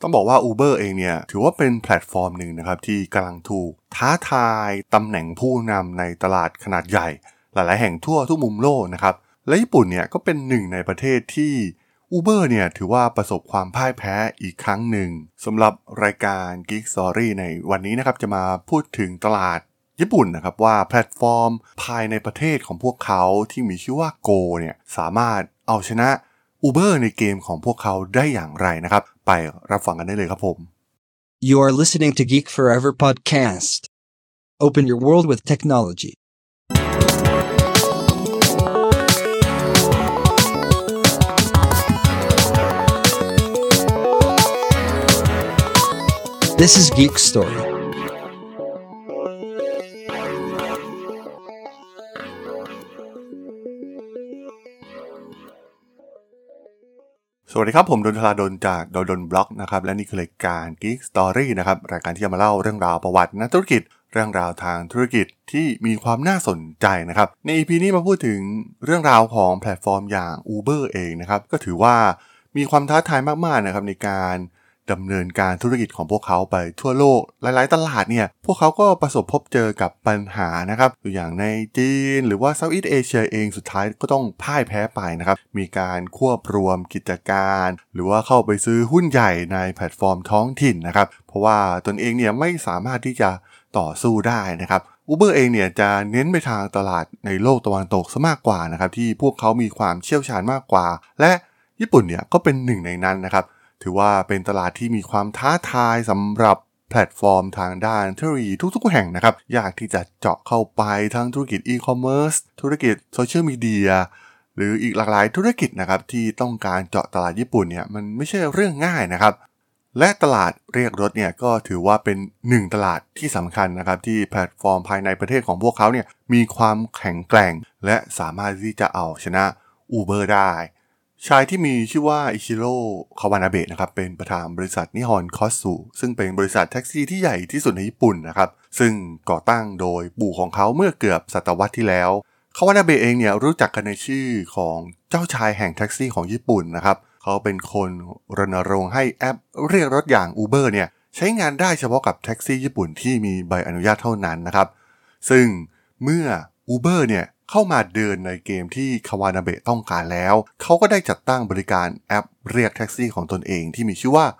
ต้องบอกว่า Uber เองเนี่ยถือว่าเป็นแพลตฟอร์มหนึ่งนะครับที่กำลังถูกท้าทายตำแหน่งผู้นำในตลาดขนาดใหญ่หลายๆแห่งทั่วทุกมุมโลกนะครับและญี่ปุ่นเนี่ยก็เป็นหนึ่งในประเทศที่ Uber เนี่ยถือว่าประสบความพ่ายแพ้อีกครั้งหนึ่งสำหรับรายการ Geek Story ในวันนี้นะครับจะมาพูดถึงตลาดญี่ปุ่นนะครับว่าแพลตฟอร์มภายในประเทศของพวกเขาที่มีชื่อว่า Go เนี่ยสามารถเอาชนะ Uber ในเกมของพวกเขาได้อย่างไรนะครับไปรับฟังกันได้เลยครับผม You are listening to Geek Forever podcast. Open your world with technology. This is Geek Story. สวัสดีครับผมดนทราดลจากดนบล็อกนะครับและนี่คือรายการ Geek Story นะครับรายการที่จะมาเล่าเรื่องราวประวัตินักธุรกิจเรื่องราวทางธุรกิจที่มีความน่าสนใจนะครับใน EP นี้มาพูดถึงเรื่องราวของแพลตฟอร์มอย่าง Uber เองนะครับก็ถือว่ามีความท้าทายมากๆนะครับในการดำเนินการธุรกิจของพวกเขาไปทั่วโลกหลายๆตลาดเนี่ยพวกเขาก็ประสบพบเจอกับปัญหานะครับอย่างในจีนหรือว่าเซาท์อีสต์เอเชียเองสุดท้ายก็ต้องพ่ายแพ้ไปนะครับมีการควบรวมกิจการหรือว่าเข้าไปซื้อหุ้นใหญ่ในแพลตฟอร์มท้องถิ่นนะครับเพราะว่าตนเองเนี่ยไม่สามารถที่จะต่อสู้ได้นะครับ Uber เองเนี่ยจะเน้นไปทางตลาดในโลกตะวันตกซะมากกว่านะครับที่พวกเขามีความเชี่ยวชาญมากกว่าและญี่ปุ่นเนี่ยก็เป็นหนึ่งในนั้นนะครับถือว่าเป็นตลาดที่มีความท้าทายสำหรับแพลตฟอร์มทางด้านเทคโนโลยีทุกๆแห่งนะครับยากที่จะเจาะเข้าไปทั้งธุรกิจอีคอมเมิร์ซธุรกิจโซเชียลมีเดียหรืออีกหลากหลายธุรกิจนะครับที่ต้องการเจาะตลาดญี่ปุ่นเนี่ยมันไม่ใช่เรื่องง่ายนะครับและตลาดเรียกรถเนี่ยก็ถือว่าเป็นหนึ่งตลาดที่สำคัญนะครับที่แพลตฟอร์มภายในประเทศของพวกเขาเนี่ยมีความแข็งแกร่งและสามารถที่จะเอาชนะ Uber ได้ชายที่มีชื่อว่าอิชิโร่คาวานาเบะนะครับเป็นประธานบริษัทนิฮอนคอสซูซึ่งเป็นบริษัทแท็กซี่ที่ใหญ่ที่สุดในญี่ปุ่นนะครับซึ่งก่อตั้งโดยปู่ของเขาเมื่อเกือบศตวรรษที่แล้วคาวานาเบะเองเนี่ยรู้จักกันในชื่อของเจ้าชายแห่งแท็กซี่ของญี่ปุ่นนะครับเขาเป็นคนรณรงค์ให้แอปเรียกรถอย่าง Uber เนี่ยใช้งานได้เฉพาะกับแท็กซี่ญี่ปุ่นที่มีใบอนุญาตเท่านั้นนะครับซึ่งเมื่อ Uber เนี่ยเข้ามาเดินในเกมที่คาวานาเบะต้องการแล้วเขาก็ได้จัดตั้งบริการแอปเรียกแท็กซี่ของตนเองที่มีชื่อว่า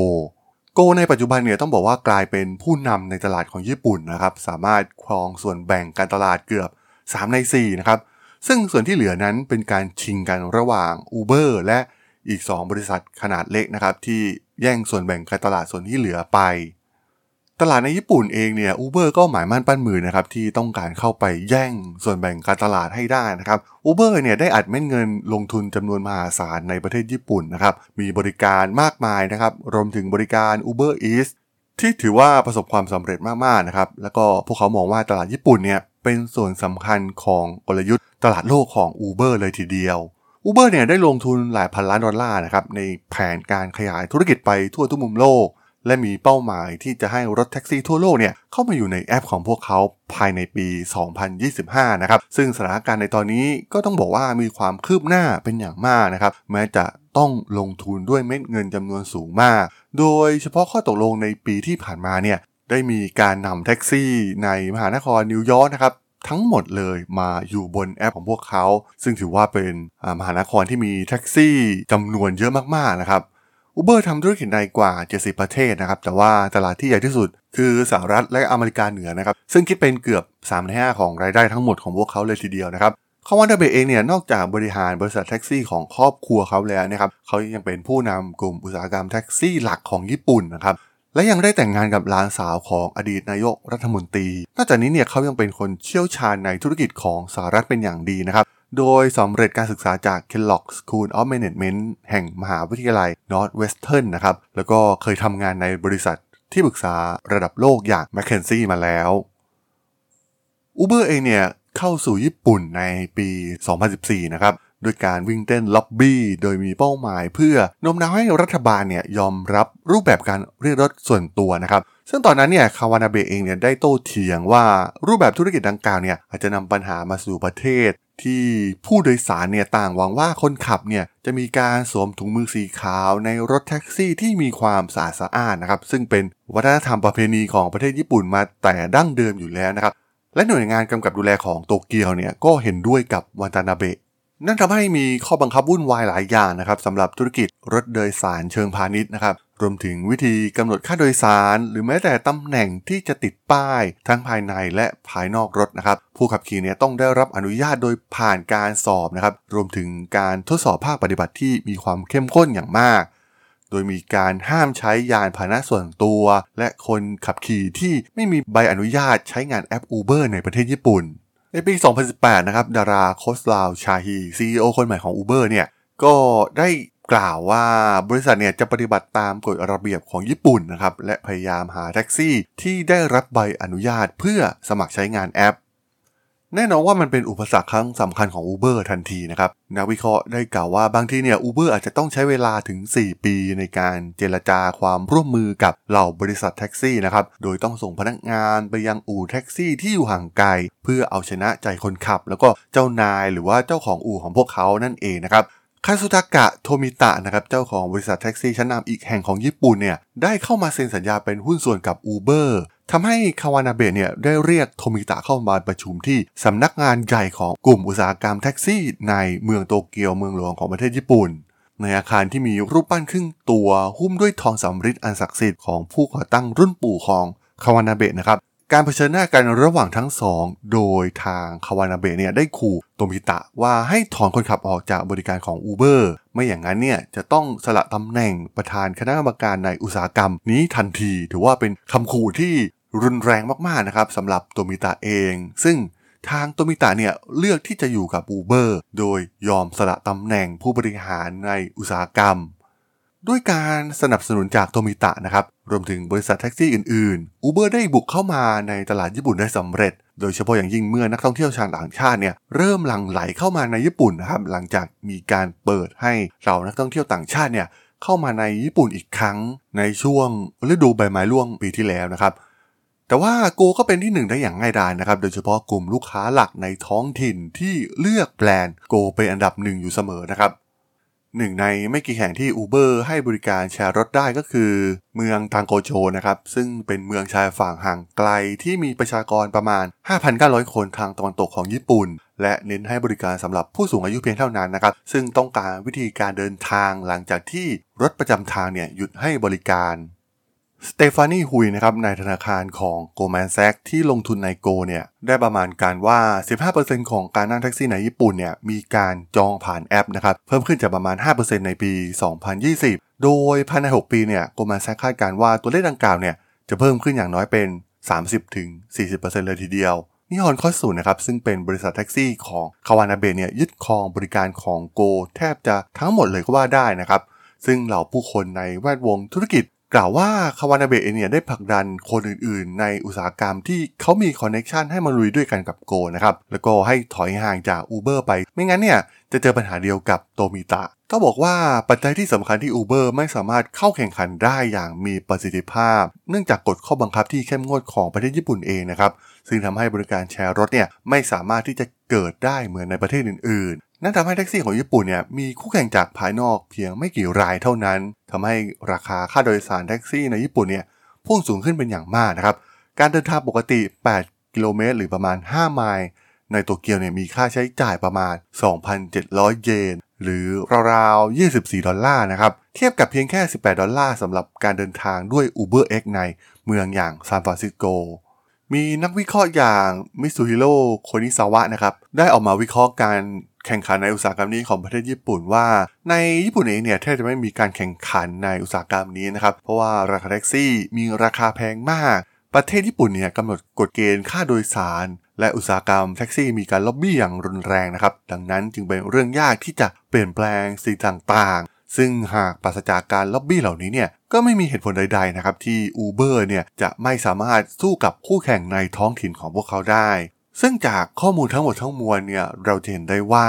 Go ในปัจจุบันเนี่ยต้องบอกว่ากลายเป็นผู้นำในตลาดของญี่ปุ่นนะครับสามารถครองส่วนแบ่งการตลาดเกือบ3ใน4นะครับซึ่งส่วนที่เหลือนั้นเป็นการชิงกันระหว่าง Uber และอีก2บริษัทขนาดเล็กนะครับที่แย่งส่วนแบ่งการตลาดส่วนที่เหลือไปตลาดในญี่ปุ่นเองเนี่ย Uber ก็หมายมั่นปั้นมือนะครับที่ต้องการเข้าไปแย่งส่วนแบ่งการตลาดให้ได้นะครับ Uber เนี่ยได้อัดเม็ดเงินลงทุนจำนวนมหาศาลในประเทศญี่ปุ่นนะครับมีบริการมากมายนะครับรวมถึงบริการ Uber Eats ที่ถือว่าประสบความสำเร็จมากๆนะครับแล้วก็พวกเขามองว่าตลาดญี่ปุ่นเนี่ยเป็นส่วนสำคัญของกลยุทธ์ตลาดโลกของ Uber เลยทีเดียวUber เนี่ยได้ลงทุนหลายพันล้านดอลลาร์นะครับในแผนการขยายธุรกิจไปทั่วทุกมุมโลกและมีเป้าหมายที่จะให้รถแท็กซี่ทั่วโลกเนี่ยเข้ามาอยู่ในแอปของพวกเขาภายในปี 2025 นะครับซึ่งสถานการณ์ในตอนนี้ก็ต้องบอกว่ามีความคืบหน้าเป็นอย่างมากนะครับแม้จะต้องลงทุนด้วยเม็ดเงินจำนวนสูงมากโดยเฉพาะข้อตกลงในปีที่ผ่านมาเนี่ยได้มีการนำแท็กซี่ในมหานครนิวยอร์กนะครับทั้งหมดเลยมาอยู่บนแอปของพวกเขาซึ่งถือว่าเป็นมหานครที่มีแท็กซี่จำนวนเยอะมากๆนะครับ Uber ทำธุรกิจในกว่า70ประเทศนะครับแต่ว่าตลาดที่ใหญ่ที่สุดคือสหรัฐและอเมริกาเหนือนะครับซึ่งคิดเป็นเกือบ3/5ของรายได้ทั้งหมดของพวกเขาเลยทีเดียวนะครับคาวานาเบะเองเนี่ยนอกจากบริหารบริษัทแท็กซี่ของครอบครัวเขาแล้วนะครับเขายังเป็นผู้นำกลุ่มอุตสาหกรรมแท็กซี่หลักของญี่ปุ่นนะครับและยังได้แต่งงานกับหลานสาวของอดีตนายกรัฐมนตรีนอกจากนี้เนี่ยเขายังเป็นคนเชี่ยวชาญในธุรกิจของสหรัฐเป็นอย่างดีนะครับโดยสำเร็จการศึกษาจาก Kellogg School of Management แห่งมหาวิทยาลัย Northwestern นะครับแล้วก็เคยทำงานในบริษัทที่ปรึกษาระดับโลกอย่าง McKinsey มาแล้ว Uber เองเนี่ยเข้าสู่ญี่ปุ่นในปี 2014 นะครับด้วยการวิ่งเต้นล็อบบี้โดยมีเป้าหมายเพื่อโน้มน้าวให้รัฐบาลเนี่ยยอมรับรูปแบบการเรียกรถส่วนตัวนะครับซึ่งตอนนั้นเนี่ยคาวานาเบะเองเนี่ยได้โต้เถียงว่ารูปแบบธุรกิจดังกล่าวเนี่ยอาจจะนำปัญหามาสู่ประเทศที่ผู้โดยสารเนี่ยต่างหวังว่าคนขับเนี่ยจะมีการสวมถุงมือสีขาวในรถแท็กซี่ที่มีความสะอาดนะครับซึ่งเป็นวัฒนธรรมประเพณีของประเทศญี่ปุ่นมาแต่ดั้งเดิมอยู่แล้วนะครับและหน่วยงานกำกับดูแลของโตเกียวเนี่ยก็เห็นด้วยกับวาตานาเบะนั่นทำให้มีข้อบังคับวุ่นวายหลายอย่างนะครับสำหรับธุรกิจรถโดยสารเชิงพาณิชย์นะครับรวมถึงวิธีกำหนดค่าโดยสารหรือแม้แต่ตำแหน่งที่จะติดป้ายทั้งภายในและภายนอกรถนะครับผู้ขับขี่เนี่ยต้องได้รับอนุญาตโดยผ่านการสอบนะครับรวมถึงการทดสอบภาคปฏิบัติที่มีความเข้มข้นอย่างมากโดยมีการห้ามใช้ยานพาหนะส่วนตัวและคนขับขี่ที่ไม่มีใบอนุญาตใช้งานแอป Uber ในประเทศญี่ปุ่นในปี 2018 นะครับดาราโคสลาวชาฮี CEO คนใหม่ของ Uber เนี่ยก็ได้กล่าวว่าบริษัทเนี่ยจะปฏิบัติตามกฎระเบียบของญี่ปุ่นนะครับและพยายามหาแท็กซี่ที่ได้รับใบอนุญาตเพื่อสมัครใช้งานแอปแน่นอนว่ามันเป็นอุปสรรคครั้งสำคัญของ Uber ทันทีนะครับนักวิเคราะห์ได้กล่าวว่าบางทีเนี่ย Uber อาจจะต้องใช้เวลาถึง4 ปีในการเจรจาความร่วมมือกับเหล่าบริษัทแท็กซี่นะครับโดยต้องส่งพนักงานไปยังอู่แท็กซี่ที่อยู่ห่างไกลเพื่อเอาชนะใจคนขับแล้วก็เจ้านายหรือว่าเจ้าของอู่ของพวกเขานั่นเองนะครับคาซุทากะโทมิตะนะครับเจ้าของบริษัทแท็กซี่ชั้นนำอีกแห่งของญี่ปุ่นเนี่ยได้เข้ามาเซ็นสัญญาเป็นหุ้นส่วนกับ Uber ทำให้คาวานาเบะเนี่ยได้เรียกโทมิตะเข้ามาประชุมที่สำนักงานใหญ่ของกลุ่มอุตสาหกรรมแท็กซี่ในเมืองโตเกียวเมืองหลวงของประเทศญี่ปุ่นในอาคารที่มีรูปปั้นครึ่งตัวหุ้มด้วยทองสำริดอันศักดิ์สิทธิ์ของผู้ก่อตั้งรุ่นปู่ของคาวานาเบะนะครับการเผชิญหน้ากันระหว่างทั้งสองโดยทางคาวานาเบะเนี่ยได้ขู่โตมิตะว่าให้ถอนคนขับออกจากบริการของ Uber ไม่อย่างนั้นเนี่ยจะต้องสละตำแหน่งประธานคณะกรรมการในอุตสาหกรรมนี้ทันทีถือว่าเป็นคำขู่ที่รุนแรงมากๆนะครับสำหรับโตมิตะเองซึ่งทางโตมิตะเนี่ยเลือกที่จะอยู่กับ Uber โดยยอมสละตำแหน่งผู้บริหารในอุตสาหกรรมด้วยการสนับสนุนจากโตมิตะนะครับรวมถึงบริษัทแท็กซี่อื่นๆ Uber ได้บุกเข้ามาในตลาดญี่ปุ่นได้สำเร็จโดยเฉพาะอย่างยิ่งเมื่อนักท่องเที่ยวชาวต่างชาติเนี่ยเริ่มหลั่งไหลเข้ามาในญี่ปุ่นนะครับหลังจากมีการเปิดให้เหล่านักท่องเที่ยวต่างชาติเนี่ยเข้ามาในญี่ปุ่นอีกครั้งในช่วงฤดูใบไม้ร่วงปีที่แล้วนะครับแต่ว่าโกก็เป็นที่หนึ่งได้อย่างง่ายดายนะครับโดยเฉพาะกลุ่มลูกค้าหลักในท้องถิ่นที่เลือกแบรนด์โกเป็นอันดับหนึ่งอยู่เสมอนะครับหนึ่งในไม่กี่แห่งที่ Uber ให้บริการแชร์รถได้ก็คือเมืองทางโกโจนะครับซึ่งเป็นเมืองชายฝั่งห่างไกลที่มีประชากรประมาณ 5,900 คนทางตะวันตกของญี่ปุ่นและเน้นให้บริการสำหรับผู้สูงอายุเพียงเท่านั้นนะครับซึ่งต้องการวิธีการเดินทางหลังจากที่รถประจำทางเนี่ยหยุดให้บริการสเตฟานีฮุยนะครับนายธนาคารของ Goldman Sachs ที่ลงทุนในโกเนี่ยได้ประมาณการว่า 15% ของการนั่งแท็กซี่ในญี่ปุ่นเนี่ยมีการจองผ่านแอปนะครับเพิ่มขึ้นจากประมาณ 5% ในปี 2020 โดยภายใน 6 ปีเนี่ย Goldman Sachs คาดการณ์ว่าตัวเลขดังกล่าวเนี่ยจะเพิ่มขึ้นอย่างน้อยเป็น 30-40% เลยทีเดียวนิฮอนคอตสึนะครับซึ่งเป็นบริษัทแท็กซี่ของคาวานาเบะเนี่ยยึดครองบริการของโกแทบจะทั้งหมดเลยก็ว่าได้นะครับซึ่งเหล่าผู้คนในแวดวงธุรกิจกล่าวว่าคาวานาเบะเนี่ยได้ผลักดันคนอื่นๆในอุตสาหกรรมที่เขามีคอนเนคชันให้มาลุยด้วยกันกับโกนะครับแล้วก็ให้ถอยห่างจาก Uber ไปไม่งั้นเนี่ยจะเจอปัญหาเดียวกับโตมิตะต้องบอกว่าปัจจัยที่สำคัญที่ Uber ไม่สามารถเข้าแข่งขันได้อย่างมีประสิทธิภาพเนื่องจากกฎข้อบังคับที่เข้มงวดของประเทศญี่ปุ่นเองนะครับซึ่งทำให้บริการแชร์รถเนี่ยไม่สามารถที่จะเกิดได้เหมือนในประเทศอื่นๆนั่นทำให้แท็กซี่ของญี่ปุ่นเนี่ยมีคู่แข่งจากภายนอกเพียงไม่กี่รายเท่านั้นทำให้ราคาค่าโดยสารแท็กซี่ในญี่ปุ่นเนี่ยพุ่งสูงขึ้นเป็นอย่างมากนะครับการเดินทางปกติ8 กิโลเมตรหรือประมาณ5ไมล์ในโตเกียวเนี่ยมีค่าใช้จ่ายประมาณ 2,700 เยนหรือราวๆ$24นะครับเทียบกับเพียงแค่$18สำหรับการเดินทางด้วย UberX ในเมืองอย่างซานฟรานซิสโกมีนักวิเคราะห์อย่างมิซุฮิโร่โคนิซาวะนะครับได้ออกมาวิเคราะห์การแข่งขันในอุตสาหกรรมนี้ของประเทศญี่ปุ่นว่าในญี่ปุ่นเองเนี่ยแทบจะไม่มีการแข่งขันในอุตสาหกรรมนี้นะครับเพราะว่าราคาแท็กซี่มีราคาแพงมากประเทศญี่ปุ่นเนี่ยกำหนดกฎเกณฑ์ค่าโดยสารและอุตสาหกรรมแท็กซี่มีการล็อบบี้อย่างรุนแรงนะครับดังนั้นจึงเป็นเรื่องยากที่จะเปลี่ยนแปลงสิ่งต่างๆซึ่งหากปราศจากการล็อบบี้เหล่านี้เนี่ยก็ไม่มีเหตุผลใดๆนะครับที่ Uber เนี่ยจะไม่สามารถสู้กับคู่แข่งในท้องถิ่นของพวกเขาได้ซึ่งจากข้อมูลทั้งหมดทั้งมวลเนี่ยเราจะเห็นได้ว่า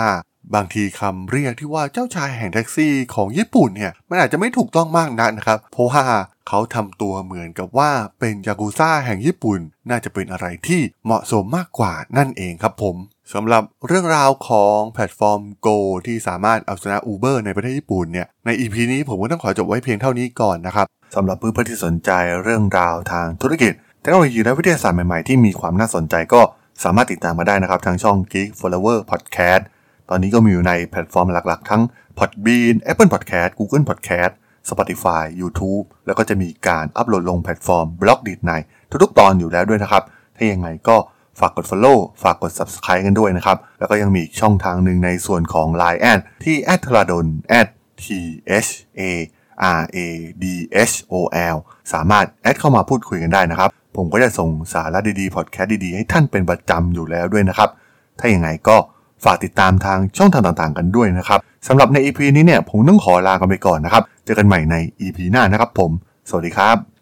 บางทีคำเรียกที่ว่าเจ้าชายแห่งแท็กซี่ของญี่ปุ่นเนี่ยมันอาจจะไม่ถูกต้องมากนักนะครับเพราะว่าเขาทำตัวเหมือนกับว่าเป็นยากุซ่าแห่งญี่ปุ่นน่าจะเป็นอะไรที่เหมาะสมมากกว่านั่นเองครับผมสำหรับเรื่องราวของแพลตฟอร์ม Go ที่สามารถเอาชนะ Uber ในประเทศญี่ปุ่นเนี่ยใน EP นี้ผมก็ต้องขอจบไว้เพียงเท่านี้ก่อนนะครับสำหรับเพื่อนๆที่สนใจเรื่องราวทางธุรกิจเทคโนโลยีและวิทยาศาสตร์ใหม่ๆที่มีความน่าสนใจก็สามารถติดตามมาได้นะครับทางช่อง Geek Flower Podcast ตอนนี้ก็มีอยู่ในแพลตฟอร์มหลักๆทั้ง Podbean, Apple Podcast, Google Podcast, Spotify, YouTube แล้วก็จะมีการอัปโหลดลงแพลตฟอร์ม Blogdit ในทุกๆตอนอยู่แล้วด้วยนะครับถ้ายังไงก็ฝากกด follow ฝากกด subscribe กันด้วยนะครับแล้วก็ยังมีอีกช่องทางหนึ่งในส่วนของ Line แอดที่@thradol @thradol สามารถแอดเข้ามาพูดคุยกันได้นะครับผมก็จะส่งสาระดีๆพอดแคสต์ดีๆให้ท่านเป็นประจำอยู่แล้วด้วยนะครับถ้าอย่างไงก็ฝากติดตามทางช่องทางต่างๆกันด้วยนะครับสำหรับใน EP นี้เนี่ยผมต้องขอลากันไปก่อนนะครับเจอกันใหม่ใน EP หน้านะครับผมสวัสดีครับ